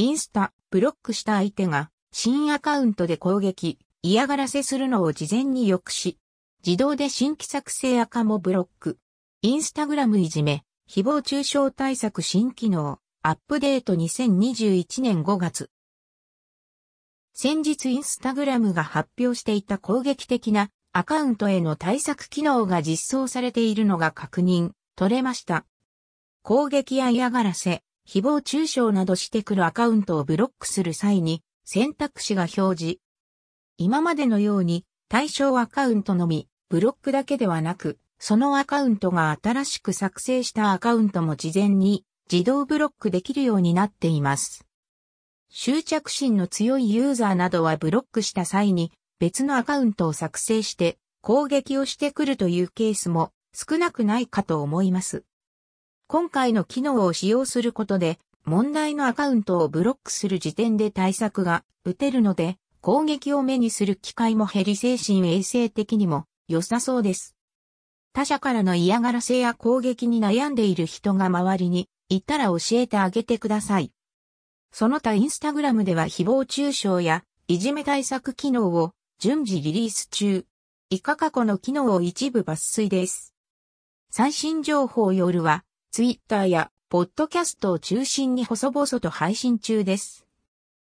インスタ、ブロックした相手が新アカウントで攻撃、嫌がらせするのを事前に抑止。自動で新規作成アカもブロック。インスタグラムいじめ、誹謗中傷対策新機能、アップデート2021年5月。先日インスタグラムが発表していた攻撃的なアカウントへの対策機能が実装されているのが確認、取れました。攻撃や嫌がらせ、誹謗中傷などしてくるアカウントをブロックする際に選択肢が表示。今までのように対象アカウントのみ、ブロックだけではなく、そのアカウントが新しく作成したアカウントも事前に自動ブロックできるようになっています。執着心の強いユーザーなどはブロックした際に別のアカウントを作成して攻撃をしてくるというケースも少なくないかと思います。今回の機能を使用することで問題のアカウントをブロックする時点で対策が打てるので攻撃を目にする機会も減り精神衛生的にも良さそうです。他者からの嫌がらせや攻撃に悩んでいる人が周りにいたら教えてあげてください。その他インスタグラムでは誹謗中傷やいじめ対策機能を順次リリース中。以下過去の機能を一部抜粋です。最新情報夜はツイッターやポッドキャストを中心に細々と配信中です。